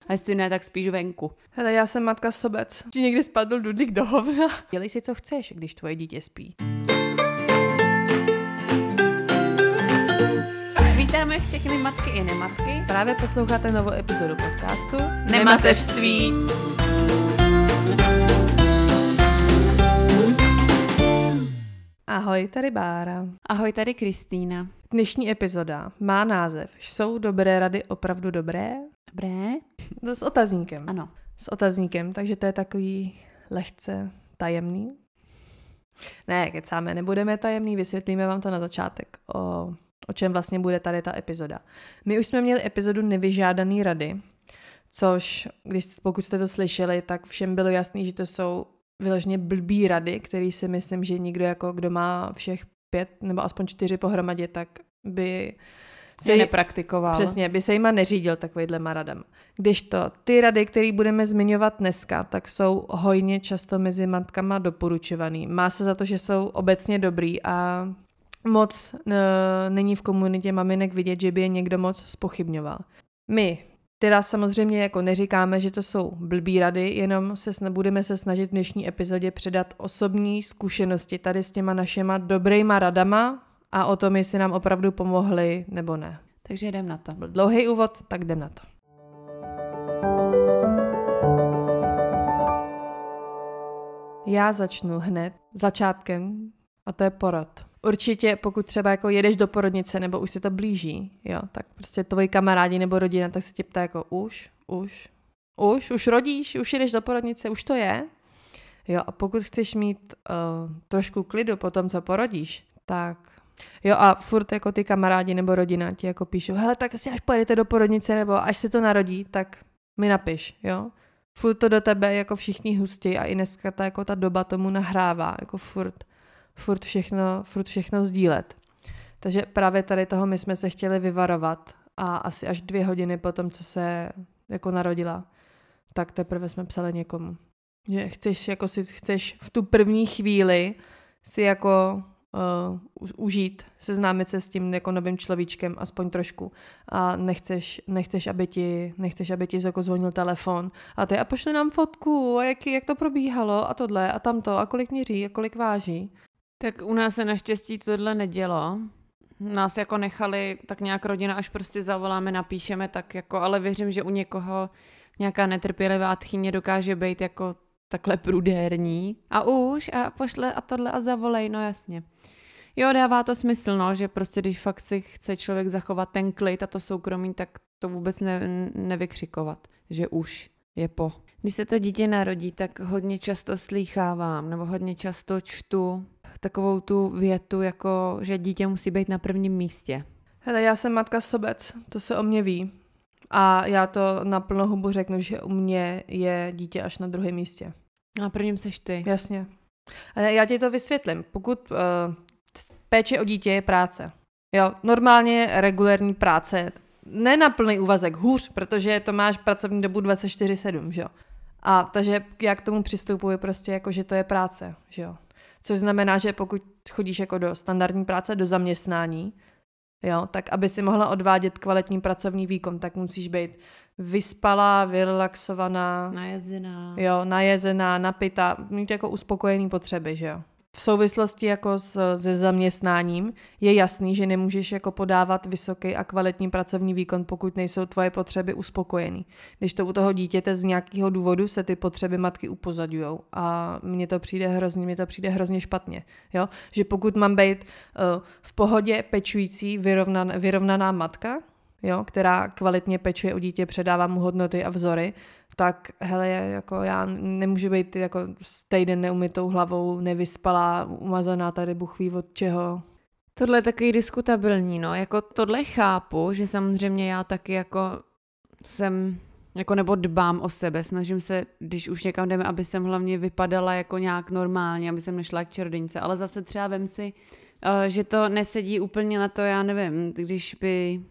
A jestli ne, tak spíš venku. Hele, já jsem matka sobec. Či někdy spadl dudlík do hovna. Dělej si, co chceš, když tvoje dítě spí. Vítáme všechny matky i nematky. Právě posloucháte novou epizodu podcastu Nemateřství. Ahoj, tady Bára. Ahoj, tady Kristýna. Dnešní epizoda má název Jsou dobré rady opravdu dobré? Dobré? To s otazníkem. Ano. S otazníkem, takže to je takový lehce tajemný. Ne, kecáme, nebudeme tajemný, vysvětlíme vám to na začátek, o čem vlastně bude tady ta epizoda. My už jsme měli epizodu Nevyžádaný rady, což, pokud jste to slyšeli, tak všem bylo jasný, že to jsou vyloženě blbý rady, který si myslím, že nikdo, jako kdo má všech 5 nebo aspoň 4 pohromadě, tak by se nepraktikoval. Přesně, by se jima neřídil takovýhlema radama. Kdežto ty rady, které budeme zmiňovat dneska, tak jsou hojně často mezi matkama doporučovaný. Má se za to, že jsou obecně dobrý a moc není v komunitě maminek vidět, že by je někdo moc zpochybňoval. My teda samozřejmě jako neříkáme, že to jsou blbý rady, jenom budeme se snažit v dnešní epizodě předat osobní zkušenosti tady s těma našima dobrýma radama a o tom, jestli nám opravdu pomohly nebo ne. Takže jdem na to. Byl dlouhý úvod, tak jdem na to. Já začnu hned začátkem a to je porod. Určitě, pokud třeba jako jedeš do porodnice nebo už se to blíží, jo, tak prostě tvoji kamarádi nebo rodina, tak se tě ptá jako už rodíš, už jedeš do porodnice, už to je. Jo, a pokud chceš mít trošku klidu po tom, co porodíš, tak jo, a furt jako ty kamarádi nebo rodina ti jako píšou, hele, tak asi až pojedete do porodnice nebo až se to narodí, tak mi napiš, jo. Furt to do tebe jako všichni hustí a i dneska ta doba tomu nahrává, jako furt všechno sdílet. Takže právě tady toho my jsme se chtěli vyvarovat a asi až 2 hodiny po tom, co se jako narodila, tak teprve jsme psali někomu. Že chceš v tu první chvíli si jako užít, seznámit se s tím jako novým človíčkem aspoň trošku a nechceš, aby ti jako zvonil telefon a pošli nám fotku a jak to probíhalo a tohle a tamto a kolik měří a kolik váží. Tak u nás se naštěstí tohle nedělo. Nás jako nechali tak nějak rodina, až prostě zavoláme, napíšeme, tak jako, ale věřím, že u někoho nějaká netrpělivá tchýně dokáže být jako takhle prudérní. A pošle a tohle a zavolej, no jasně. Jo, dává to smysl, no, že prostě když fakt si chce člověk zachovat ten klid a to soukromí, tak to vůbec nevykřikovat, že už je po. Když se to dítě narodí, tak hodně často slýchávám nebo hodně často čtu takovou tu větu, jako že dítě musí být na prvním místě. Hele, já jsem matka sobec, to se o mě ví. A já to na plnou hubu řeknu, že u mě je dítě až na 2. místě. Na prvním seš ty. Jasně. Ale já ti to vysvětlím. Pokud péče o dítě je práce. Jo, normálně regulérní práce. Ne na plný úvazek, hůř, protože to máš pracovní dobu 24/7, že jo. A takže já k tomu přistupuji prostě jako, že to je práce, že jo. Což znamená, že pokud chodíš jako do standardní práce, do zaměstnání, jo, tak aby si mohla odvádět kvalitní pracovní výkon, tak musíš být vyspalá, vyrelaxovaná, najezená, napitá, mít jako uspokojený potřeby, že jo. V souvislosti jako se zaměstnáním je jasný, že nemůžeš jako podávat vysoký a kvalitní pracovní výkon, pokud nejsou tvoje potřeby uspokojený. Když to u toho dítěte z nějakého důvodu se ty potřeby matky upozadujou a mně to přijde hrozně špatně. Jo? Že pokud mám být v pohodě pečující, vyrovnaná matka, jo, která kvalitně pečuje o dítě, předává mu hodnoty a vzory, tak hele, jako já nemůžu být jako týden neumytou hlavou, nevyspalá, umazaná tady Bůh ví od čeho. Tohle je takový diskutabilní, no, jako tohle chápu, že samozřejmě já taky jako jsem, jako nebo dbám o sebe, snažím se, když už někam jdeme, aby jsem hlavně vypadala jako nějak normálně, aby jsem nešla k čarodějnice, ale zase třeba vem si, že to nesedí úplně na to, já nevím, když by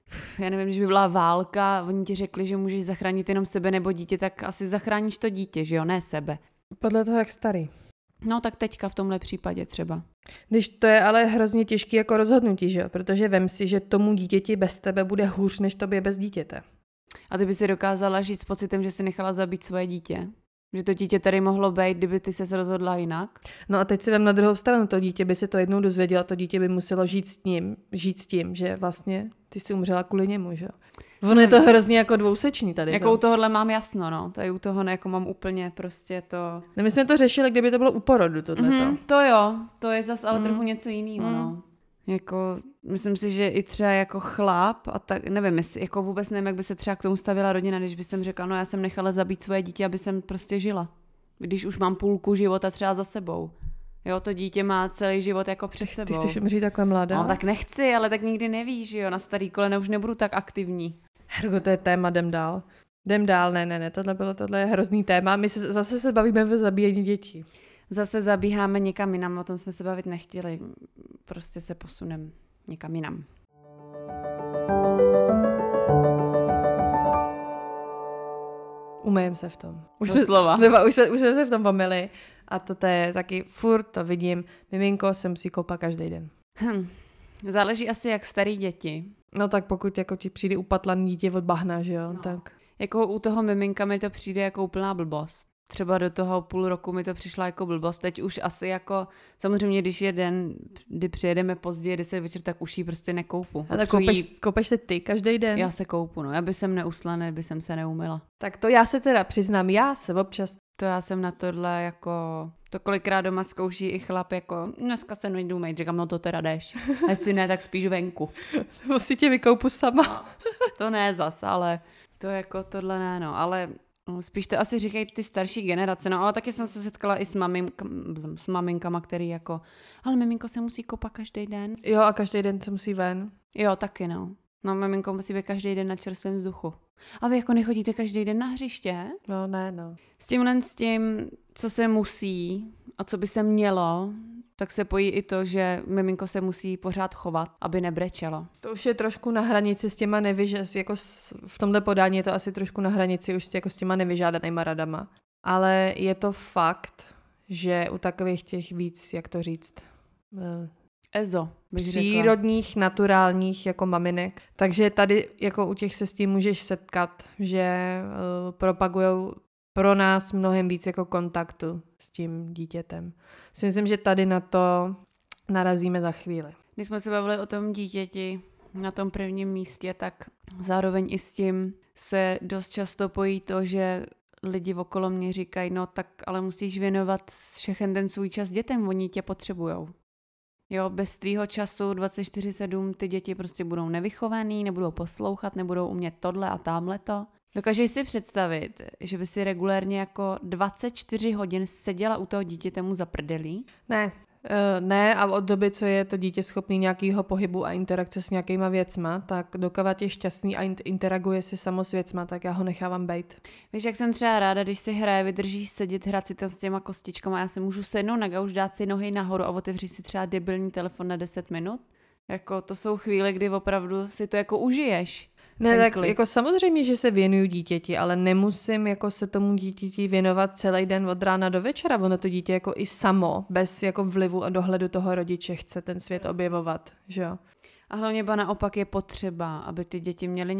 byla válka, oni ti řekli, že můžeš zachránit jenom sebe nebo dítě, tak asi zachráníš to dítě, že jo, ne sebe. Podle toho, jak starý. No tak teďka v tomhle případě třeba. Když to je ale hrozně těžký jako rozhodnutí, že jo, protože vem si, že tomu dítěti bez tebe bude hůř, než tobě bez dítěte. A ty by si dokázala žít s pocitem, že si nechala zabít svoje dítě? Že to dítě tady mohlo být, kdyby ty se rozhodla jinak? No a teď si vem na druhou stranu, to dítě by se to jednou dozvědělo, to dítě by muselo žít s tím, že vlastně ty jsi umřela kvůli němu, že jo. Ono je to hrozně jako dvousečný tady. Jako u tohohle mám jasno, no. Tady u toho jako mám úplně prostě to... No my jsme to řešili, kdyby to bylo u porodu, tohleto. To jo, to je zase ale trochu něco jiného, no. Jako, myslím si, že i třeba jako chlap a tak, nevím, jako vůbec nevím, jak by se třeba k tomu stavila rodina, když by jsem řekla, no já jsem nechala zabít svoje dítě, aby jsem prostě žila. Když už mám půlku života třeba za sebou. Jo, to dítě má celý život jako před sebou. Ty chceš umřít takhle mladá? No tak nechci, ale tak nikdy nevíš, že jo, na starý kolena už nebudu tak aktivní. Hergo, to je téma, jdem dál, ne, tohle je hrozný téma, my zase se bavíme o zabíjení dětí. Zase zabíháme někam jinam, o tom jsme se bavit nechtěli, prostě se posuneme někam jinam. Umejím se v tom. Už jsme se v tom pomyli a to je taky furt, to vidím, miminko se musí koupat každý den. Záleží asi jak starý děti. No tak pokud jako ti přijde upatlaný dítě od bahna, že jo, tak. Jako u toho miminka mi to přijde jako úplná blbost. Třeba do toho půl roku mi to přišla jako blbost. Teď už asi jako, samozřejmě když je den, kdy přijedeme později 10 večer, tak už ji prostě nekoupu. Ale koupeš se ty každý den? Já se koupu, no. Já by jsem neusla, by jsem se neumyla. Tak to já se teda přiznám, já se občas. To já jsem na tohle jako, to kolikrát doma zkouší i chlap jako, dneska se nejdu umýt, říkám, no to teda jdeš. A jestli ne, tak spíš venku. Musí tě vykoupu sama. No, to ne zas, ale to jako tohle ne, no, ale spíš to asi říkají ty starší generace, no, ale taky jsem se setkala i s maminkama, který jako, ale miminko se musí koupat každý den. Jo, a každý den se musí ven. Jo, taky no. No, miminko musí být každý den na čerstvém vzduchu. A vy jako nechodíte každý den na hřiště? No, ne, no. S tím, co se musí a co by se mělo, tak se pojí i to, že miminko se musí pořád chovat, aby nebrečelo. To už je trošku na hranici s těma jako v tomhle podání je to asi trošku na hranici už jako s těma nevyžádanýma radama. Ale je to fakt, že u takových těch víc, jak to říct, Ezo, bych přírodních, řekla. Naturálních jako maminek. Takže tady jako u těch se s tím můžeš setkat, že propagujou pro nás mnohem víc jako kontaktu s tím dítětem. Si myslím, že tady na to narazíme za chvíli. Když jsme se bavili o tom dítěti na tom prvním místě, tak zároveň i s tím se dost často pojí to, že lidi okolo mě říkají, no tak ale musíš věnovat všechen ten svůj čas dětem, oni tě potřebujou. Jo, bez tvýho času 24/7 ty děti prostě budou nevychovaný, nebudou poslouchat, nebudou umět tohle a támhleto. Dokážeš si představit, že by si regulérně jako 24 hodin seděla u toho dítěte mu za prdelí? Ne, a od doby, co je to dítě schopný nějakého pohybu a interakce s nějakýma věcma, tak dokud je šťastný a interaguje si samo s věcma, tak já ho nechávám bejt. Víš, jak jsem třeba ráda, když si hraje, vydržíš sedět, hrát si tam s těma kostičkama, já si můžu sednout na gauč, dát si nohy nahoru a otevřít si třeba debilní telefon na 10 minut. Jako to jsou chvíle, kdy opravdu si to jako užiješ. Ne, tak jako samozřejmě, že se věnuju dítěti, ale nemusím jako se tomu dítěti věnovat celý den od rána do večera. Ono to dítě jako i samo, bez jako vlivu a dohledu toho rodiče chce ten svět objevovat, že jo. A hlavně ba naopak je potřeba, aby ty děti měly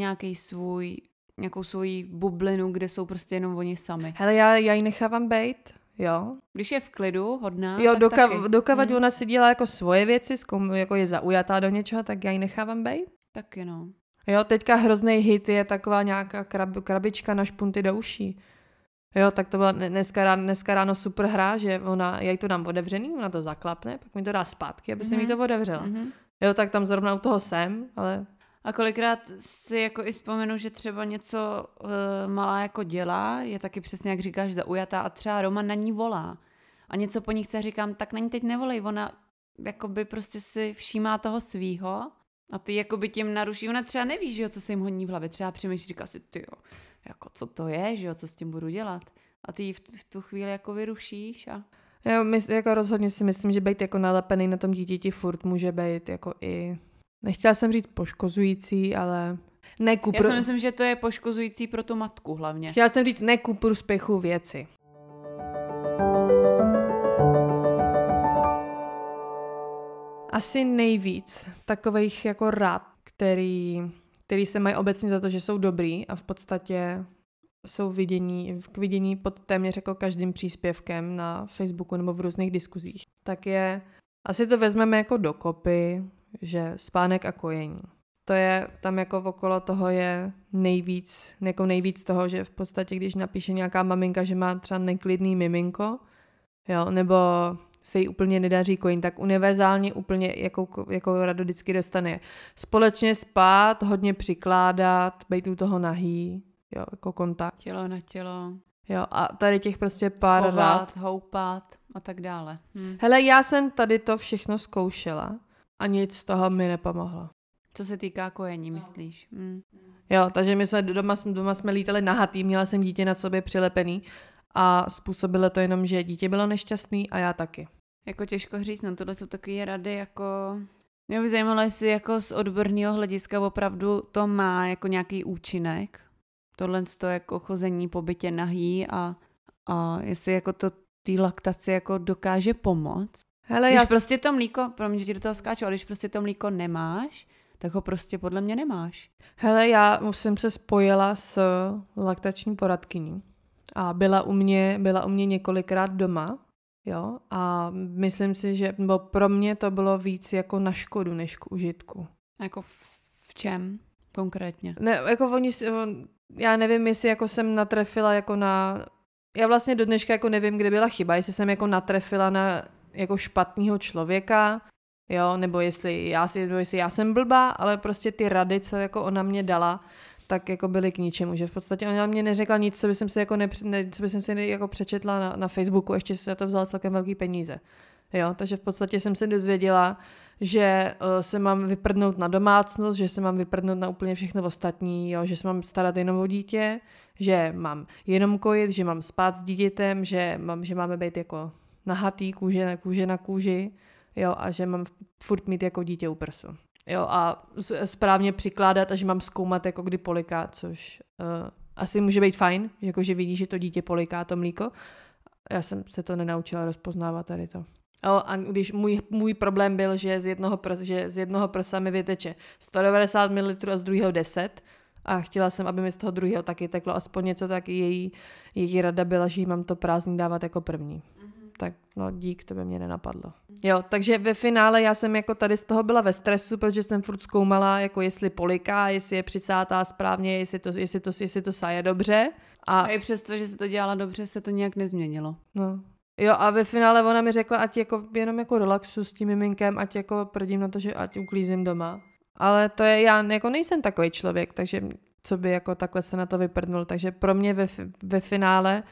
nějakou svoji bublinu, kde jsou prostě jenom oni sami. Hele, já ji nechávám bejt, jo. Když je v klidu, hodná, jo, tak taky. Dokavať ona si dělá jako svoje věci, jako je zaujatá do něčeho, tak já ji nechávám bejt. Taky no. Jo, teďka hrozný hit je taková nějaká krabička na špunty do uší. Jo, tak to byla dneska ráno super hra, že já jí to dám otevřený, ona to zaklapne, pak mi to dá zpátky, aby se mi to otevřela. Jo, tak tam zrovna u toho jsem, ale... A kolikrát si jako i vzpomenu, že třeba něco malá jako dělá, je taky přesně, jak říkáš, zaujatá a třeba Roman na ní volá. A něco po ní chce, říkám, tak na ní teď nevolej, ona jakoby prostě si všímá toho svýho. A ty jakoby tím naruší, ona třeba neví, že jo, co se jim honí v hlavě, třeba přemýšlí, říká si, tyjo, jako co to je, že jo, co s tím budu dělat. A ty ji v tu chvíli jako vyrušíš a... Jo, jako rozhodně si myslím, že být jako nalepený na tom dítěti furt může být jako i, nechtěla jsem říct poškozující, ale Já si myslím, že to je poškozující pro tu matku hlavně. Chtěla jsem říct ne ku prospěchu věci. Asi nejvíc takových jako rad, který který se mají obecně za to, že jsou dobrý a v podstatě jsou k vidění pod téměř jako každým příspěvkem na Facebooku nebo v různých diskuzích, tak je, asi to vezmeme jako dokopy, že spánek a kojení. To je, tam jako okolo toho je nejvíc toho, že v podstatě, když napíše nějaká maminka, že má třeba neklidný miminko, jo, nebo se jí úplně nedaří kojení, tak univerzálně úplně jako radu vždycky dostane společně spát, hodně přikládat, být u toho nahý, jo, jako kontakt. Tělo na tělo. Jo, a tady těch prostě pár rad. Houpat a tak dále. Hele, já jsem tady to všechno zkoušela a nic z toho mi nepomohlo. Co se týká kojení, myslíš? Jo, takže my jsme doma jsme lítali nahatý, měla jsem dítě na sobě přilepený a způsobilo to jenom, že dítě bylo nešťastný a já taky. Jako těžko říct, no tohle jsou takové rady jako... Mě by zajímalo, jestli jako z odborného hlediska opravdu to má jako nějaký účinek. Tohle to jako chození po bytě nahý a jestli jako to té laktaci jako dokáže pomoct. Hele, když prostě to mlíko, promiň, že ti do toho skáču, ale když prostě to mlíko nemáš, tak ho prostě podle mě nemáš. Hele, já už jsem se spojila s laktační poradkyní a byla u mě několikrát doma, jo, a myslím si, že pro mě to bylo víc jako na škodu, než k užitku. Jako v čem konkrétně? Ne, jako já nevím, jestli jako jsem natrefila jako na... Já vlastně do dneška jako nevím, kde byla chyba, jestli jsem jako natrefila na jako špatného člověka, jo, nebo jestli já jsem blbá, ale prostě ty rady, co jako ona mě dala, tak jako byly k ničemu, že v podstatě ona mě neřekla nic, co by jsem si jako, co by jsem si jako přečetla na Facebooku, ještě si za to vzala celkem velký peníze. Jo, takže v podstatě jsem se dozvěděla, že se mám vyprdnout na domácnost, že se mám vyprdnout na úplně všechno ostatní, jo, že se mám starat jenom o dítě, že mám jenom kojit, že mám spát s dítětem, že máme být jako nahatý kůže na kůži, jo, a že mám furt mít jako dítě u prsu. Jo, a správně přikládat a že mám zkoumat, jako kdy poliká, což asi může být fajn, jako že vidí, že to dítě poliká to mlíko. Já jsem se to nenaučila rozpoznávat tady to. A když můj problém byl, že z jednoho prsa mi vyteče 190 ml a z druhého 10 a chtěla jsem, aby mi z toho druhého taky teklo aspoň něco, tak její rada byla, že jí mám to prázdný dávat jako první. Tak no dík, to by mě nenapadlo. Jo, takže ve finále já jsem jako tady z toho byla ve stresu, protože jsem furt zkoumala, jako jestli poliká, jestli je přisátá správně, jestli to saje dobře. A i přesto, že se to dělala dobře, se to nějak nezměnilo. No. Jo, a ve finále ona mi řekla, ať jako jenom jako relaxu s tím miminkem, ať jako prdím na to, že ať uklízím doma. Ale to je, já jako nejsem takový člověk, takže co by jako takhle se na to vyprdnul. Takže pro mě ve finále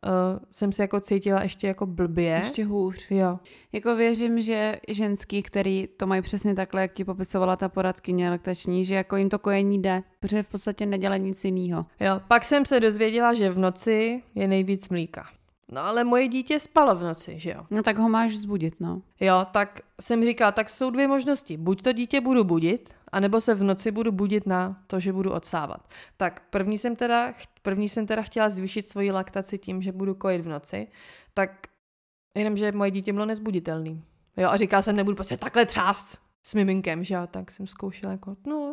jsem se jako cítila ještě jako blbě. Ještě hůř. Jo. Jako věřím, že ženský, který to mají přesně takhle, jak ti popisovala ta poradkyně laktační, že jako jim to kojení jde, protože v podstatě nedělají nic jiného. Jo, pak jsem se dozvěděla, že v noci je nejvíc mlíka. No ale moje dítě spalo v noci, že jo? No tak ho máš vzbudit, no. Jo, tak jsem říkala, tak jsou dvě možnosti. Buď to dítě budu budit, anebo se v noci budu budit na to, že budu odsávat. Tak první jsem teda chtěla zvýšit svoji laktaci tím, že budu kojit v noci, tak jenomže moje dítě bylo nezbuditelný. Jo, a říkala jsem, nebudu prostě takhle třást s miminkem, že jo, tak jsem zkoušela jako, no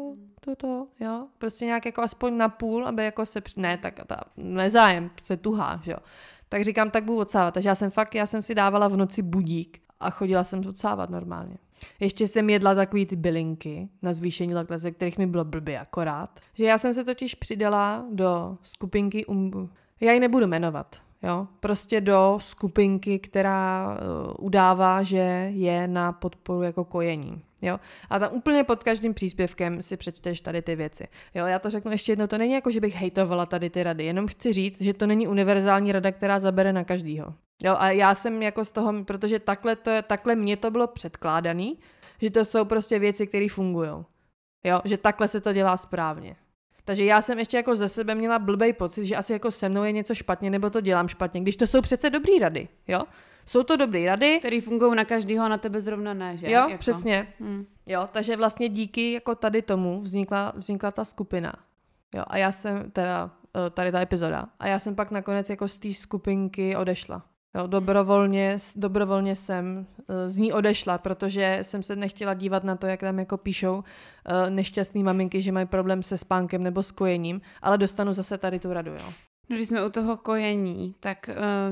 to, jo, prostě nějak jako aspoň na půl, aby jako se, ne, tak nezájem, se tuhá, že jo. Tak říkám, tak budu odsávat. Takže já jsem si dávala v noci budík a chodila jsem odsávat normálně. Ještě jsem jedla takový ty bylinky na zvýšení laktace, kterých mi bylo blbě akorát. Že já jsem se totiž přidala do skupinky, já ji nebudu jmenovat, jo, prostě do skupinky, která udává, že je na podporu jako kojení. Jo? A tam úplně pod každým příspěvkem si přečteš tady ty věci. Jo? Já to řeknu ještě jednou, to není jako, že bych hejtovala tady ty rady, jenom chci říct, že to není univerzální rada, která zabere na každýho. Jo? A já jsem jako z toho, protože takhle mně to bylo předkládaný, že to jsou prostě věci, které fungují. Jo? Že takhle se to dělá správně. Takže já jsem ještě jako ze sebe měla blbej pocit, že asi jako se mnou je něco špatně, nebo to dělám špatně, když to jsou přece dobrý rady, jo? Jsou to dobrý rady, který fungují na každýho a na tebe zrovna ne, že? Jo, jako. Přesně. Jo, takže vlastně díky jako tady tomu vznikla ta skupina. Jo, a já jsem teda, tady ta epizoda, a já jsem pak nakonec jako z té skupinky odešla. Jo, dobrovolně jsem z ní odešla, protože jsem se nechtěla dívat na to, jak tam jako píšou nešťastný maminky, že mají problém se spánkem nebo s kojením, ale dostanu zase tady tu radu, jo. No, když jsme u toho kojení, tak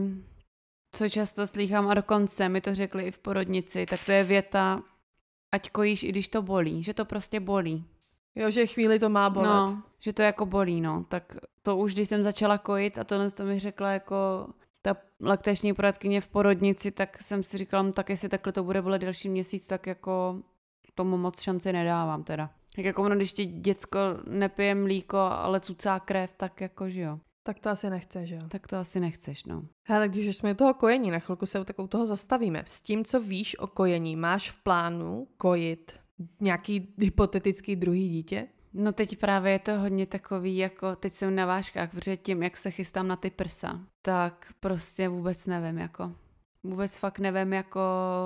co často slýchám a dokonce mi to řekli i v porodnici, tak to je věta, ať kojíš, i když to bolí, že to prostě bolí. Jo, že chvíli to má bolet. No, že to jako bolí, no. Tak to už, když jsem začala kojit a tohle to mi řekla jako ta laktační poradkyně v porodnici, tak jsem si říkala, tak jestli takhle to bude bolet další měsíc, tak jako tomu moc šanci nedávám teda. Tak jako ono, když ti děcko nepije mlíko, ale cucá krev, tak jako, že jo. Tak to asi nechceš, jo. Tak to asi nechceš, no. Hele, když už jsme u toho kojení, na chvilku se u toho zastavíme. S tím, co víš o kojení, máš v plánu kojit nějaký hypotetický druhý dítě? No teď právě je to hodně takový, jako teď jsem na vážkách, protože tím, jak se chystám na ty prsa, tak prostě vůbec nevím, jako. Vůbec fakt nevím, jako,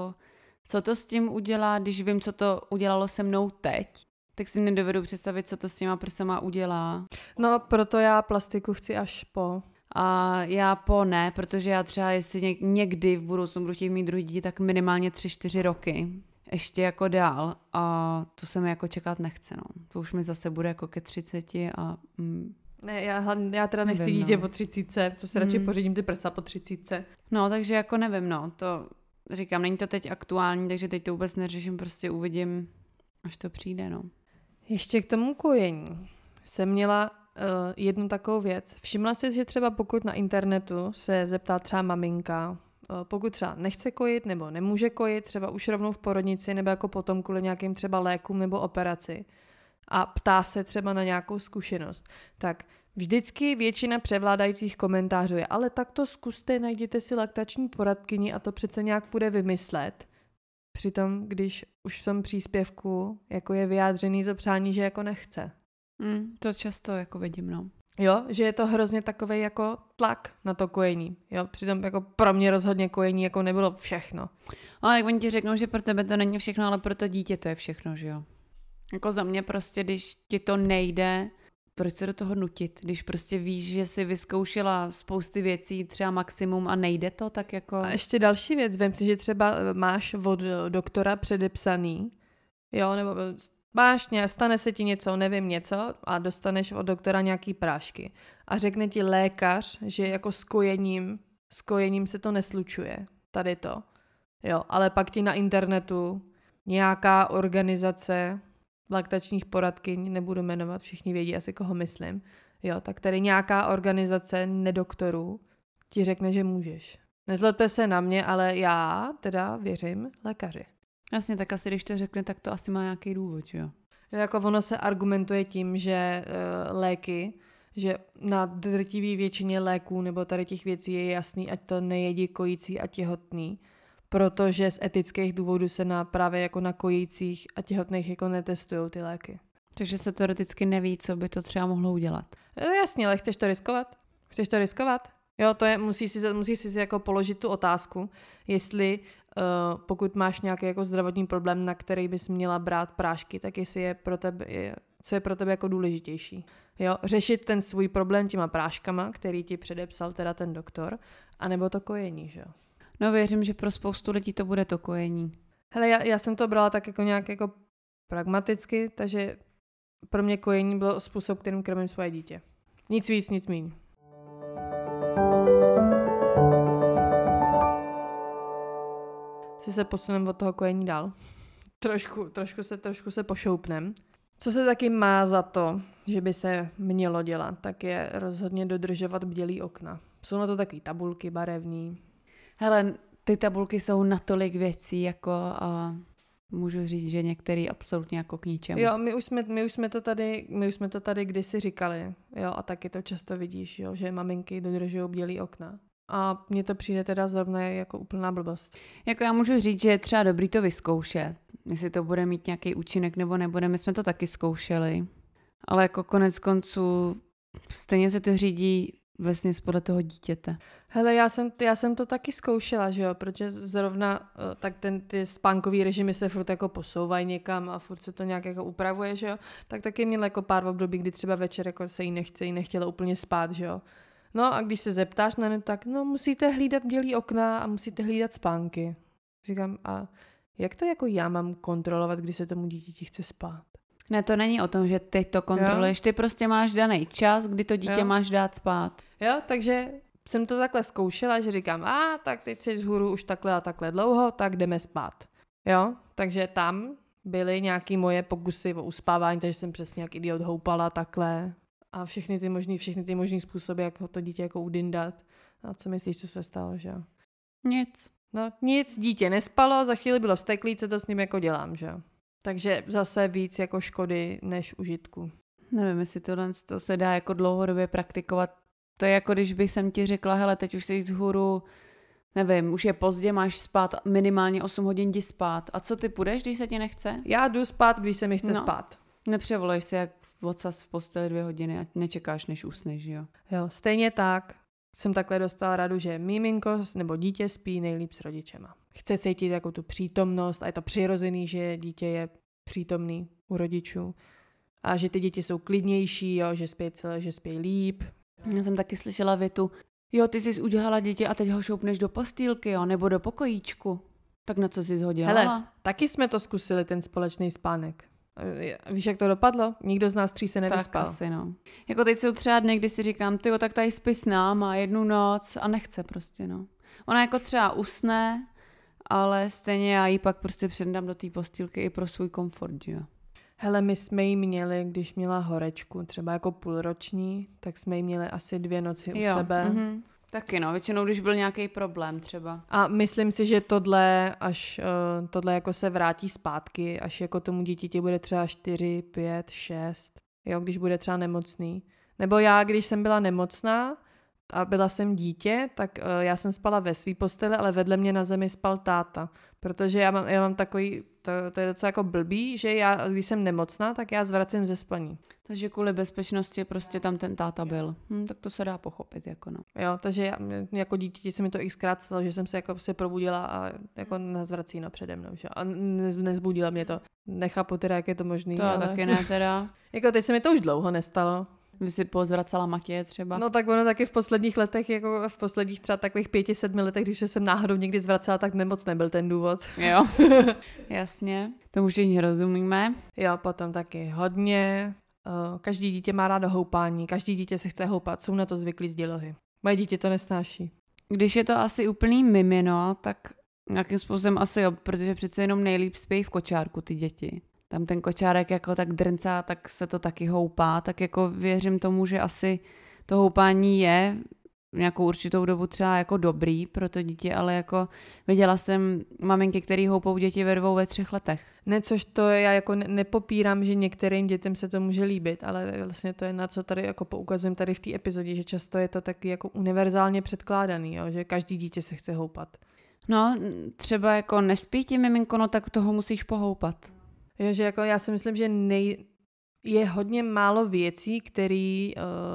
co to s tím udělá, když vím, co to udělalo se mnou teď, tak si nedovedu představit, co to s těma prsama udělá. No, proto já plastiku chci až po. A já po ne, protože já třeba, jestli někdy v budoucnu budu chtít mít druhý dítě, tak minimálně 3-4 roky. Ještě jako dál a to se mi jako čekat nechce, no. To už mi zase bude jako ke 30 a... Ne, já teda nechci dítě po 30, to si radši pořídím ty prsa po 30. No, takže jako nevím, no, to říkám, není to teď aktuální, takže teď to vůbec neřeším, prostě uvidím, až to přijde, no. Ještě k tomu kojení jsem měla jednu takovou věc. Všimla jsi, že třeba pokud na internetu se zeptá třeba maminka, pokud třeba nechce kojit nebo nemůže kojit, třeba už rovnou v porodnici nebo jako potom kvůli nějakým třeba lékům nebo operaci a ptá se třeba na nějakou zkušenost, tak vždycky většina převládajících komentářů je, ale tak to zkuste, najděte si laktační poradkyni a to přece nějak bude vymyslet. Přitom, když už v tom příspěvku jako je vyjádřený to přání, že jako nechce. To často jako vidím, no. Jo, že je to hrozně takovej jako tlak na to kojení. Jo, přitom jako pro mě rozhodně kojení jako nebylo všechno. Ale jak oni ti řeknou, že pro tebe to není všechno, ale pro to dítě to je všechno, že jo. Jako za mě prostě, když ti to nejde, proč se do toho nutit? Když prostě víš, že jsi vyzkoušela spousty věcí, třeba maximum a nejde to, tak jako... A ještě další věc, vem si, že třeba máš od doktora předepsaný, jo, nebo stane se ti něco, nevím něco a dostaneš od doktora nějaký prášky a řekne ti lékař, že jako s kojením se to neslučuje, tady to, jo, ale pak ti na internetu nějaká organizace laktačních poradkyň, nebudu jmenovat, všichni vědí asi, koho myslím, jo, tak tady nějaká organizace nedoktorů ti řekne, že můžeš. Nezlobte se na mě, ale já teda věřím lékaři. Jasně, tak asi když to řekne, tak to asi má nějaký důvod, že jo? Jako ono se argumentuje tím, že léky, že na drtivé většině léků nebo tady těch věcí je jasný, ať to nejedí kojící a těhotný, protože z etických důvodů se právě jako na kojících a těhotných jako netestují ty léky. Takže se teoreticky neví, co by to třeba mohlo udělat. Jasně, ale chceš to riskovat? Chceš to riskovat? Jo, to je, musíš si jako položit tu otázku, jestli pokud máš nějaký jako zdravotní problém, na který bys měla brát prášky, tak jestli je pro tebe, co je pro tebe jako důležitější. Jo, řešit ten svůj problém těma práškama, který ti předepsal teda ten doktor, anebo to kojení, že jo. No věřím, že pro spoustu lidí to bude to kojení. Hele, já jsem to brala tak jako nějak jako pragmaticky, takže pro mě kojení bylo způsob, kterým krmím svoje dítě. Nic víc, nic míň. Si se posuneme od toho kojení dál. Trošku se pošoupnem. Co se taky má za to, že by se mělo dělat, tak je rozhodně dodržovat bdělý okna. Jsou na to takový tabulky barevný. Hele, ty tabulky jsou natolik věcí, jako a můžu říct, že některý absolutně jako k ničemu. Jo, my už jsme to tady kdysi říkali, jo, a taky to často vidíš, jo, že maminky dodržují bdělý okna. A mně to přijde teda zrovna jako úplná blbost. Jako já můžu říct, že je třeba dobrý to vyzkoušet, jestli to bude mít nějaký účinek nebo nebude, my jsme to taky zkoušeli. Ale jako konec konců stejně se to řídí vlastně podle toho dítěte. Hele, já jsem to taky zkoušela, že jo, protože zrovna tak ty spánkový režimy se furt jako posouvají někam a furt se to nějak jako upravuje, že jo, tak taky měla jako pár období, kdy třeba večer jako se jí nechtělo úplně spát, že jo. No a když se zeptáš na ně, tak no musíte hlídat bělý okna a musíte hlídat spánky. Říkám, a jak to jako já mám kontrolovat, když se tomu dítěti chce spát? Ne, to není o tom, že ty to kontroluješ, ty prostě máš daný čas, kdy to dítě máš dát spát. Jo, takže jsem to takhle zkoušela, že říkám, tak teď jsi vzhůru už takhle a takhle dlouho, tak jdeme spát. Jo, takže tam byly nějaké moje pokusy o uspávání, takže jsem přesně jak idiot houpala takhle a všechny ty možný způsoby, jak ho to dítě jako udindat. A co myslíš, co se stalo, že jo? Nic. No nic, dítě nespalo, za chvíli bylo vzteklý, co to s ním jako dělám, že jo? Takže zase víc jako škody než užitku. Nevím, jestli to se dá jako dlouhodobě praktikovat. To je jako když bych jsem ti řekla, hele, teď už jsi vzhůru, nevím, už je pozdě, máš spát, minimálně 8 hodin jdi spát. A co ty půjdeš, když se ti nechce? Já jdu spát, když se mi chce spát. Nepřevolejš se jak odsaz v posteli 2 hodiny a nečekáš, než usneš, jo? Jo, stejně tak jsem takhle dostala radu, že miminko nebo dítě spí nejlíp s rodičema. Chce cítit jako tu přítomnost a je to přirozený, že dítě je přítomný u rodičů a že ty děti jsou klidnější, jo, že spí líp. Já jsem taky slyšela větu, jo, ty jsi udělala dítě a teď ho šoupneš do postýlky, jo, nebo do pokojíčku. Tak na co jsi ho dělala? Hele, taky jsme to zkusili, ten společný spánek. Víš, jak to dopadlo? Nikdo z nás 3 se nevyspal. Tak asi, no. Jako teď jsou třeba dny, kdy si říkám, tyjo, tak tady spí s náma jednu noc a nechce prostě, no. Ona jako třeba usne, ale stejně já jí pak prostě předám do té postýlky i pro svůj komfort, jo. Hele, my jsme ji měli, když měla horečku, třeba jako půlroční, tak jsme ji měli asi 2 noci u sebe. Mm-hmm. Taky no, většinou, když byl nějaký problém třeba. A myslím si, že tohle jako se vrátí zpátky, až jako tomu dítěti bude třeba 4, 5, 6, jo, když bude třeba nemocný. Nebo já, když jsem byla nemocná a byla jsem dítě, tak já jsem spala ve svý posteli, ale vedle mě na zemi spal táta. Protože já mám takový, to je docela jako blbý, že já, když jsem nemocná, tak já zvracím ze spaní. Takže kvůli bezpečnosti prostě tam ten táta byl. Tak to se dá pochopit, jako no. Jo, takže jako dítě se mi to xkrát stalo, že jsem se jako se probudila a jako nazvrací přede mnou, že? A nezbudila mě to. Nechápu teda, jak je to možný. To ale... taky ne teda. Jako teď se mi to už dlouho nestalo. Vy si pozvracala Matěje třeba? No tak ono taky v posledních letech, jako v posledních třeba takových 5-7 letech, když jsem náhodou někdy zvracela, tak nemoc nebyl ten důvod. Jo, jasně, tomu všichni rozumíme. Jo, potom taky hodně. Každý dítě má rádo houpání, každý dítě se chce houpat, jsou na to zvyklí z dělohy. Moje dítě to nesnáší. Když je to asi úplný mimino, tak nějakým způsobem asi jo, protože přece jenom nejlíp spí v kočárku ty děti. Tam ten kočárek jako tak drncá, tak se to taky houpá, tak jako věřím tomu, že asi to houpání je nějakou určitou dobu třeba jako dobrý pro to dítě, ale jako viděla jsem maminky, který houpou děti ve 2, ve 3 letech. Ne, což to já jako nepopírám, že některým dětem se to může líbit, ale vlastně to je na co tady jako poukazujem tady v té epizodě, že často je to taky jako univerzálně předkládaný, jo, že každý dítě se chce houpat. No, třeba jako nespí ti miminko, no tak toho musíš pohoupat. Jo, že jako já si myslím, že je hodně málo věcí, které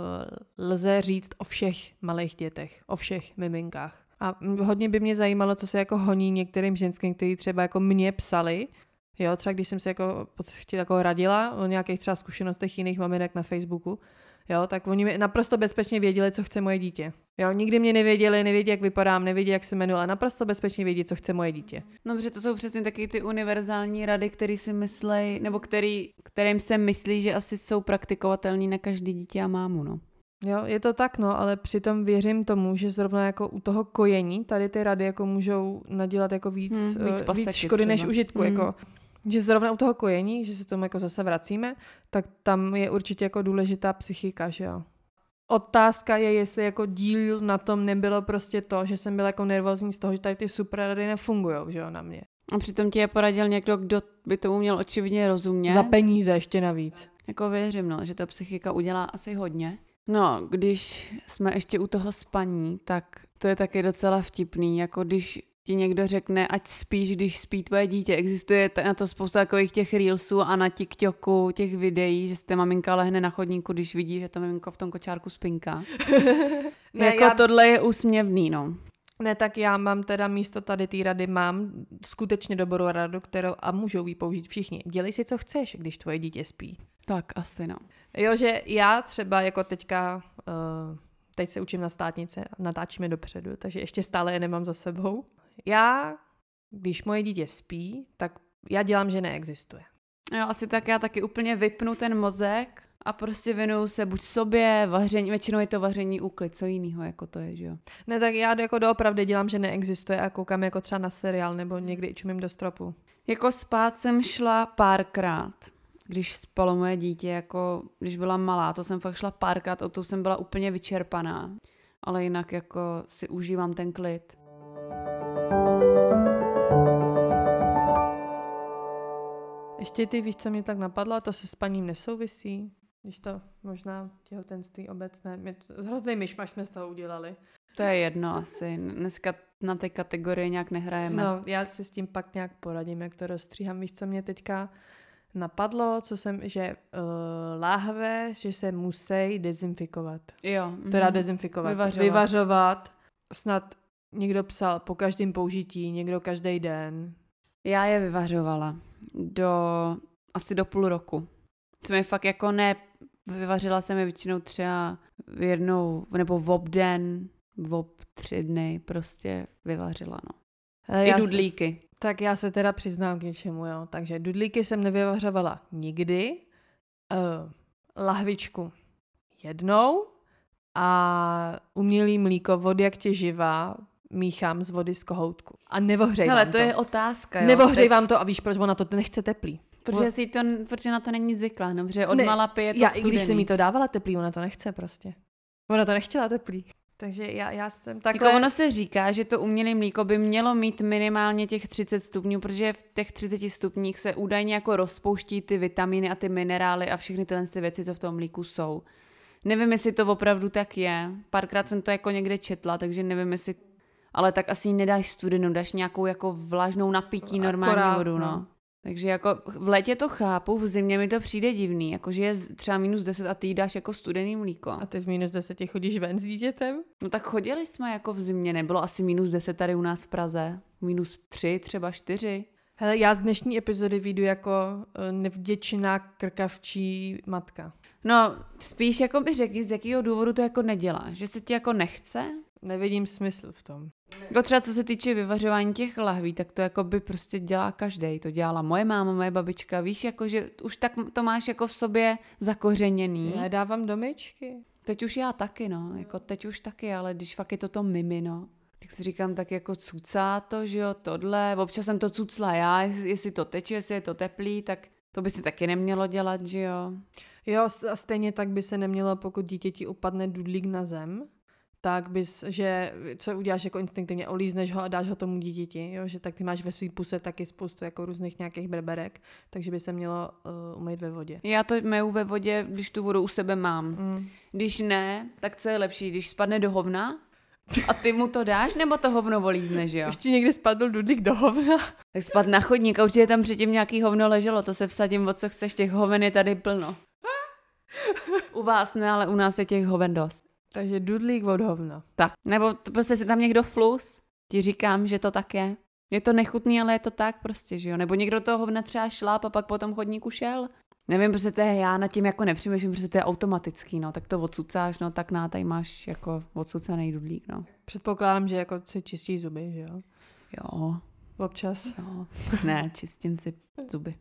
lze říct o všech malých dětech, o všech miminkách. A hodně by mě zajímalo, co se jako honí některým ženským, kteří třeba jako mě psali, jo, třeba když jsem se jako radila o nějakých třeba zkušenostech jiných maminek na Facebooku, jo, tak oni mi naprosto bezpečně věděli, co chce moje dítě. Jo, nikdy mě nevěděli, jak vypadám, nevědí, jak se jmenuji, ale naprosto bezpečně vědí, co chce moje dítě. No, protože to jsou přesně taky ty univerzální rady, který si myslej, nebo kterým se myslí, že asi jsou praktikovatelný na každý dítě a mámu, no. Jo, je to tak, no, ale přitom věřím tomu, že zrovna jako u toho kojení tady ty rady jako můžou nadělat jako víc škody než užitku, jako že zrovna u toho kojení, že se tomu jako zase vracíme, tak tam je určitě jako důležitá psychika, že jo. Otázka je, jestli jako díl na tom nebylo prostě to, že jsem byla jako nervózní z toho, že tady ty super rady nefungujou, že jo, na mě. A přitom ti je poradil někdo, kdo by tomu měl očividně rozumět. Za peníze ještě navíc. Jako věřím, no, že ta psychika udělá asi hodně. No, když jsme ještě u toho spaní, tak to je taky docela vtipný, jako když ti někdo řekne, ať spíš, když spí tvoje dítě. Existuje na to spousta takových těch reelsů a na TikToku těch videí, že jste maminka lehne na chodníku, když vidí, že to miminko v tom kočárku spinká. Tohle je úsměvný, no. Ne, tak já mám teda místo tady té rady mám skutečně dobrou radu, kterou a můžou ji použít všichni. Dělej si, co chceš, když tvoje dítě spí. Tak asi no. Jo, že já třeba jako teďka teď se učím na státnice, natáčíme dopředu, takže ještě stále je nemám za sebou. Já, když moje dítě spí, tak já dělám, že neexistuje. Jo, asi tak já taky úplně vypnu ten mozek a prostě věnuju se buď sobě, vaření, většinou je to vaření, úklid, co jinýho, jako to je, že jo. Ne, tak já jako doopravdy dělám, že neexistuje a koukám jako třeba na seriál nebo někdy i čumím do stropu. Jako spát jsem šla párkrát, když spalo moje dítě, jako když byla malá, to jsem fakt šla párkrát, o to jsem byla úplně vyčerpaná, ale jinak jako si užívám ten klid. Ještě ty víš, co mě tak napadlo, a to se spaním nesouvisí, když to možná těhotenství obecné, hrozný myšmaš jsme z toho udělali. To je jedno asi, dneska na té kategorii nějak nehrajeme. No, já si s tím pak nějak poradím, jak to rozstříhám. Víš, co mě teďka napadlo, že láhve, že se musí dezinfikovat. Jo. Teda dezinfikovat. Vyvařovat. Snad někdo psal po každém použití, někdo každý den. Já je vyvařovala asi do půl roku. Jsem je fakt jako vyvařila jsem je většinou třeba jednou, nebo v obden, v 3 dny prostě vyvařila, no. I dudlíky. Tak já se teda přiznám k něčemu, jo. Takže dudlíky jsem nevyvařovala nikdy, lahvičku jednou a umělý mlíko vody jak těživá míchám z vody z kohoutku. A nevohřejvám to. Hele, to je otázka, jo. Nevohřejvám to a víš, proč ona to nechce teplý. Protože na to není zvyklá, no, protože odmala pije to studený. I když jsem jí to dávala teplý, ona to nechce prostě. Ona to nechtěla teplý. Takže já jsem takhle... Jako ono se říká, že to umělé mlíko by mělo mít minimálně těch 30 stupňů, protože v těch 30 stupních se údajně jako rozpouští ty vitamíny a ty minerály a všechny tyhle věci, co v tom mlíku jsou. Nevím, jestli to opravdu tak je. Párkrát jsem to jako někde četla, takže nevím, jestli... Ale tak asi nedáš studenou, dáš nějakou jako vlažnou napití normální vodu, no. Takže jako v létě to chápu, v zimě mi to přijde divný, jakože je třeba -10 a ty jí dáš jako studený mlíko. A ty v -10 chodíš ven s dítětem? No tak chodili jsme jako v zimě, nebylo asi -10 tady u nás v Praze, -3, třeba 4. Hele, já z dnešní epizody vyjdu jako nevděčná krkavčí matka. No, spíš jako by řekni, z jakého důvodu to jako neděláš, že se ti jako nechce? Nevidím smysl v tom. Jako třeba co se týče vyvařování těch lahví, tak to jako by prostě dělá každej. To dělala moje máma, moje babička, víš, jako že už tak to máš jako v sobě zakořeněný. Já dávám do myčky. Teď už já taky, no, jako teď už taky, ale když fakt je to mimino, tak si říkám, tak jako cucá to, že jo, tohle, občas jsem to cucla já, jestli to teče, jestli je to teplý, tak to by se taky nemělo dělat, že jo. Jo, a stejně tak by se nemělo, pokud dítěti upadne dudlík na zem, tak bys, že co uděláš jako instinktivně, olízneš ho a dáš ho tomu dítěti, jo? Že tak ty máš ve svý puse taky spoustu jako různých nějakých berberek, takže by se mělo umýt ve vodě. Já to meju ve vodě, když tu vodu u sebe mám. Když ne, tak co je lepší, když spadne do hovna a ty mu to dáš, nebo to hovno volízneš, jo? Ještě někdy spadl dudlík do hovna? Tak spad na chodník a určitě tam předtím nějaký hovno leželo, to se vsadím, o co chceš, těch hoven je tady plno. U vás ne, ale u nás je těch hoven dost. Takže dudlík od hovna. Tak, nebo prostě si tam někdo flus, ti říkám, že to tak je. Je to nechutný, ale je to tak prostě, že jo. Nebo někdo toho hovna třeba šláp a pak po tom chodníku šel. Nevím, prostě to je, já nad tím jako nepřemýšlím, prostě to je automatický, no. Tak to odsucáš, no, tak tady máš jako odsucaný dudlík, no. Předpokládám, že jako si čistí zuby, že jo? Jo. Občas. Jo. Ne, čistím si zuby.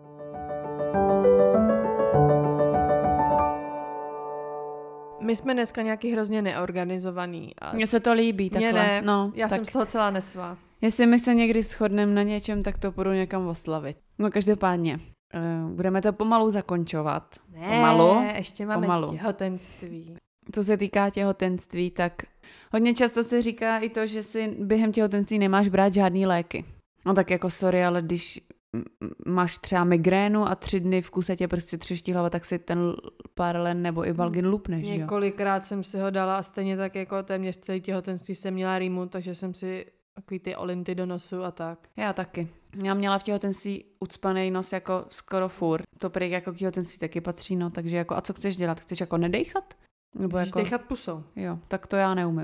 My jsme dneska nějaký hrozně neorganizovaný. Mně se to líbí takhle. Mně ne, no, já tak jsem z toho celá nesvá. Jestli my se někdy shodneme na něčem, tak to půjdu někam oslavit. No každopádně, budeme to pomalu zakončovat. Ne, pomalu. Ještě máme pomalu. Těhotenství. Co se týká těhotenství, tak hodně často se říká i to, že si během těhotenství nemáš brát žádný léky. No tak jako sorry, ale když máš třeba migrénu a 3 dny v kuse tě prostě třeští hlava, tak si ten Paralen nebo i Balgin lupneš, jo? Několikrát jsem si ho dala a stejně tak jako téměř celý těhotenství jsem měla rýmu, takže jsem si takový ty olinty do nosu a tak. Já taky. Já měla v těhotenství ucpaný nos jako skoro furt. To prý jako k těhotenství taky patří, no, takže jako a co chceš dělat? Chceš jako nedejchat? Nebo Chceš jako dechat pusou. Jo, tak to já neumím.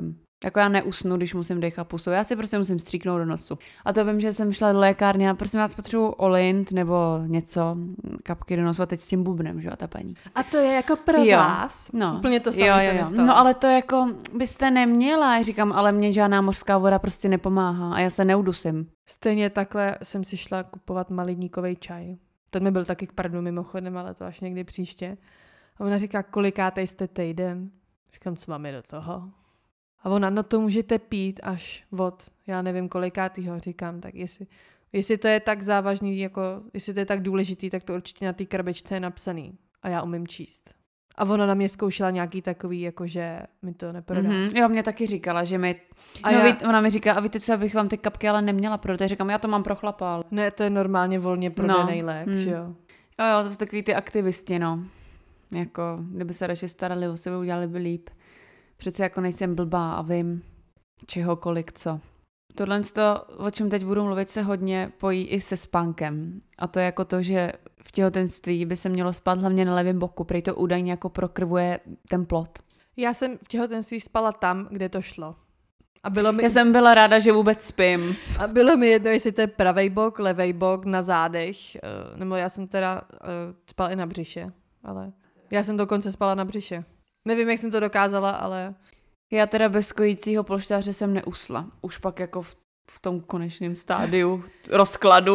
Jako já neusnu, když musím dechat pusou. Já si prostě musím stříknout do nosu. A to vím, že jsem šla do lékárny a prosím vás potřebuji Olint nebo něco, kapky do nosu a teď s tím bubnem, že jo, ta paní. A to je jako pro vás? No. Úplně to samé se mi stalo. No ale to jako byste neměla. Já říkám, ale mě žádná mořská voda prostě nepomáhá a já se neudusím. Stejně takhle jsem si šla kupovat malidníkový čaj. Ten mi byl taky k prdu mimochodem, ale to až někdy příště. A ona říká, kolikátej jste týden? Říkám, co mám je do toho? A ona, no to můžete pít až od, já nevím kolikátýho, říkám, tak jestli to je tak závažný, jako jestli to je tak důležitý, tak to určitě na té krabičce je napsaný. A já umím číst. A ona na mě zkoušela nějaký takový, jakože mi to neprodá. Jo, mě taky říkala, že mi... ona mi říká, a víte co, abych vám ty kapky ale neměla prodat. Říkám, já to mám pro chlapa. Ale... Ne, to je normálně volně prodaný lék, že jo? Jo, to jsou takový ty aktivisti, no. Jako, kdyby se radši starali o sebe, udělali by líp. Přece jako nejsem blbá a vím, čeho, kolik, co. Tohle, o čem teď budu mluvit, se hodně pojí i se spánkem. A to je jako to, že v těhotenství by se mělo spát hlavně na levém boku, prej to údajně jako prokrvuje ten plod. Já jsem v těhotenství spala tam, kde to šlo. A bylo mi... Já jsem byla ráda, že vůbec spím. A bylo mi jedno, jestli to je pravej bok, levej bok, na zádech, nebo já jsem teda spala i na břiše, ale já jsem dokonce spala na břiše. Nevím, jak jsem to dokázala, ale... Já teda bez kojícího polštáře jsem neusla. Už pak jako v tom konečném stádiu rozkladu.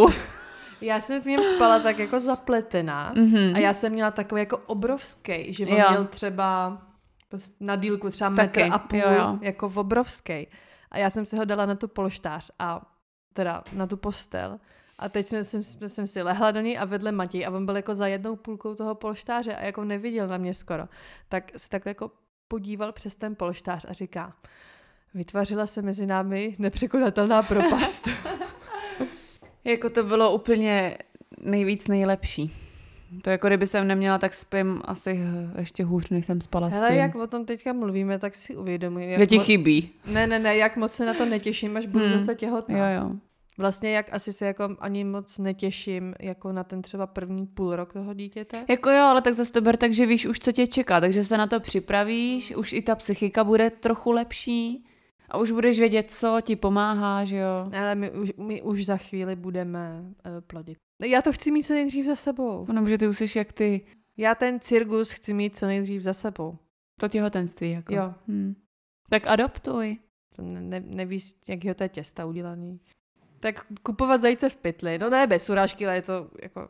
Já jsem v něm spala tak jako zapletená a já jsem měla takový jako obrovský, že on měl třeba na dílku třeba taky, 1,5 metru, jo. jako obrovský. A já jsem si ho dala na tu polštář a teda na tu postel. A teď jsem si lehla do ní a vedle Matěj a on byl jako za jednou půlkou toho polštáře a jako neviděl na mě skoro. Tak se takhle jako podíval přes ten polštář a říká, vytvořila se mezi námi nepřekonatelná propast. Jako to bylo úplně nejlepší. To jako kdyby jsem neměla, tak spím asi ještě hůř, než jsem spala s tím. Hele, jak o tom teďka mluvíme, tak si uvědomuji. Že ti chybí. Ne, jak moc se na to netěším, až budu zase těhotná. Jo. Vlastně jak asi se jako ani moc netěším jako na ten třeba první půlrok toho dítěte. Jako jo, ale tak zase to ber tak, že víš už, co tě čeká, takže se na to připravíš, už i ta psychika bude trochu lepší a už budeš vědět, co ti pomáhá, že jo. Ale my už za chvíli budeme plodit. Já to chci mít co nejdřív za sebou. Ono, že ty už jsi jak ty. Já ten cirkus chci mít co nejdřív za sebou. To těhotenství, jako. Jo. Tak adoptuj. Nevíš, jakýho to je těsta udělaný. Tak kupovat zajíce v pytli. No ne, bez urážky, ale je to jako...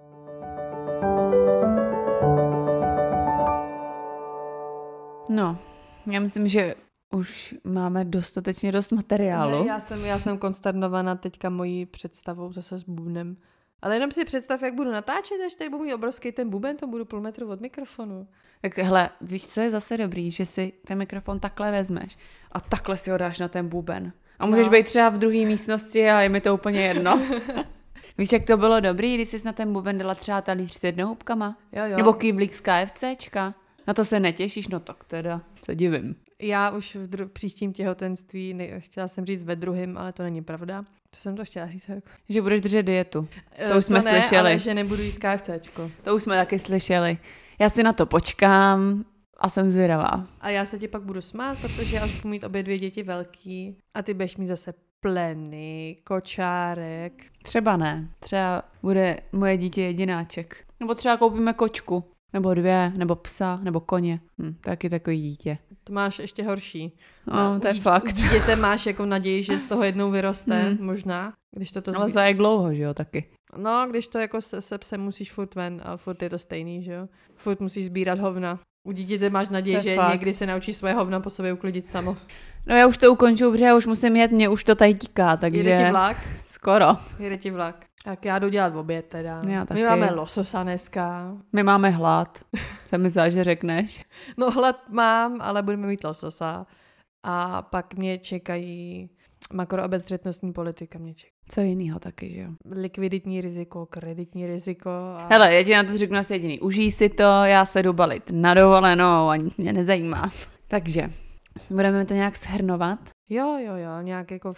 No, já myslím, že už máme dostatečně dost materiálu. Ne, já jsem konsternovaná teďka mojí představou zase s bubnem. Ale jenom si představ, jak budu natáčet, až tady budu mít obrovský ten buben, to budu půl metru od mikrofonu. Tak hele, víš, co je zase dobrý? Že si ten mikrofon takhle vezmeš a takhle si ho dáš na ten buben. A můžeš být třeba v druhé místnosti a je mi to úplně jedno. Víš, jak to bylo dobrý, když jsi na ten buben dala třeba talíř s jednohubkama? Jo. Nebo kýblík z KFCčka? Na to se netěšíš? No tak teda se divím. Já už v příštím těhotenství, chtěla jsem říct ve druhém, ale to není pravda. Co jsem to chtěla říct, Herko? Že budeš držet dietu. To už jsme slyšeli. Ale že nebudu jíst KFCčko. To už jsme taky slyšeli. Já si na to počkám a jsem zvědavá. A já se ti pak budu smát, protože až budu mít obě 2 děti velký a ty budeš mít zase pleny, kočárek. Třeba ne. Třeba bude moje dítě jedináček. Nebo třeba koupíme kočku. Nebo 2, nebo psa, nebo koně. Taky takový dítě. To máš ještě horší. No, to je fakt. Dítěte máš jako naději, že z toho jednou vyroste, možná. Když to ale za jak dlouho, že jo, taky. No, když to jako se psem musíš furt ven a furt je to stejný, že jo. Furt musíš sbírat hovna. U dítěte máš naději, že fakt. Někdy se naučí svoje hovna po sobě uklidit samo. No já už to ukončuju, protože já už musím jet, mě už to tady tíká, takže... Jede ti vlak? Skoro. Jede ti vlak. Tak já jdu dělat oběd teda. My máme lososa dneska. My máme hlad. Se mi zdá, že řekneš. No hlad mám, ale budeme mít lososa. A pak mě čekají makroobezřetnostní politika mě čeká. Co jinýho taky, že jo? Likviditní riziko, kreditní riziko. A... Hele, já ti na to řeknu asi jediný. Užij si to, já se jdu balit na dovolenou, ani mě nezajímá. Takže, budeme to nějak shrnovat? Jo, nějak jako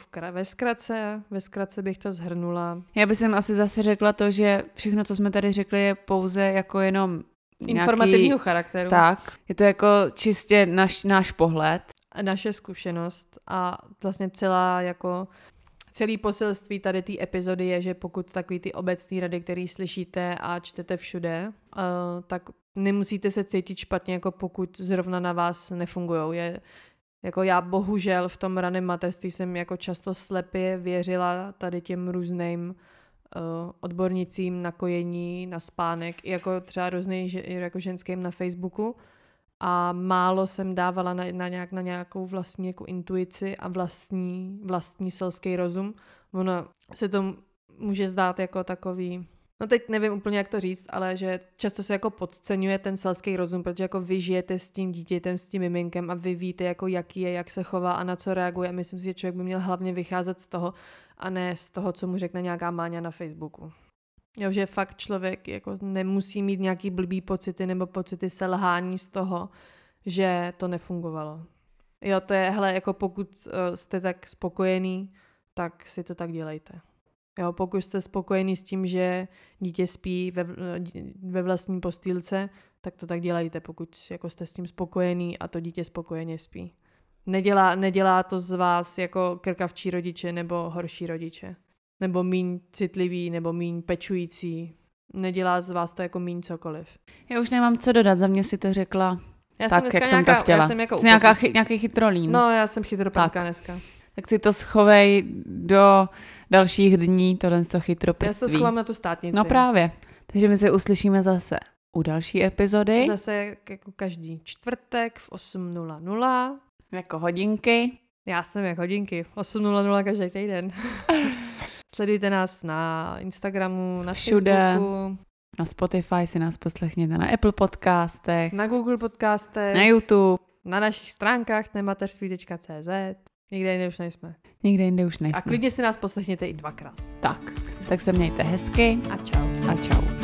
ve zkratce bych to shrnula. Já bych asi zase řekla to, že všechno, co jsme tady řekli, je pouze jako jenom informativního charakteru. Tak, je to jako čistě náš pohled. naše zkušenost a vlastně celý poselství tady té epizody je, že pokud takový ty obecné rady, které slyšíte a čtete všude, tak nemusíte se cítit špatně, jako pokud zrovna na vás nefungujou. Jako já bohužel v tom raném mateřství jsem jako často slepě věřila tady těm různým odbornicím na kojení, na spánek, jako třeba různým jako ženským na Facebooku a málo jsem dávala na nějakou vlastní jako intuici a vlastní selský rozum. Ono se to může zdát jako takový, no teď nevím úplně, jak to říct, ale že často se jako podceňuje ten selský rozum, protože jako vy žijete s tím dítětem, s tím miminkem a vy víte, jako jaký je, jak se chová a na co reaguje. A myslím si, že člověk by měl hlavně vycházet z toho a ne z toho, co mu řekne nějaká Máňa na Facebooku. Jo, že fakt člověk jako nemusí mít nějaký blbý pocity nebo pocity selhání z toho, že to nefungovalo. Jo, to je, hele, jako pokud jste tak spokojený, tak si to tak dělejte. Jo, pokud jste spokojený s tím, že dítě spí ve vlastní postýlce, tak to tak dělejte, pokud jako jste s tím spokojený a to dítě spokojeně spí. Nedělá to z vás jako krkavčí rodiče nebo horší rodiče. Nebo míň citlivý, nebo míň pečující. Nedělá z vás to jako míň cokoliv. Já už nemám co dodat, za mě si to řekla já tak, jak jsem to chtěla. Já jsem jako nějaký chytrolín. No, já jsem chytropatka dneska. Tak si to schovej do dalších dní, tohle chytropectví. Já se to schovám na tu státnici. No právě. Takže my se uslyšíme zase u další epizody. Zase jako každý čtvrtek v 8:00. Jako hodinky. Já jsem jak hodinky. 8:00 každý týden. Sledujte nás na Instagramu, na všude. Facebooku. Na Spotify si nás poslechněte, na Apple podcastech. Na Google podcastech. Na YouTube. Na našich stránkách nemateřství.cz. Nikde jinde už nejsme. Nikde jinde už nejsme. A klidně si nás poslechněte i 2krát. Tak se mějte hezky. A čau. A čau.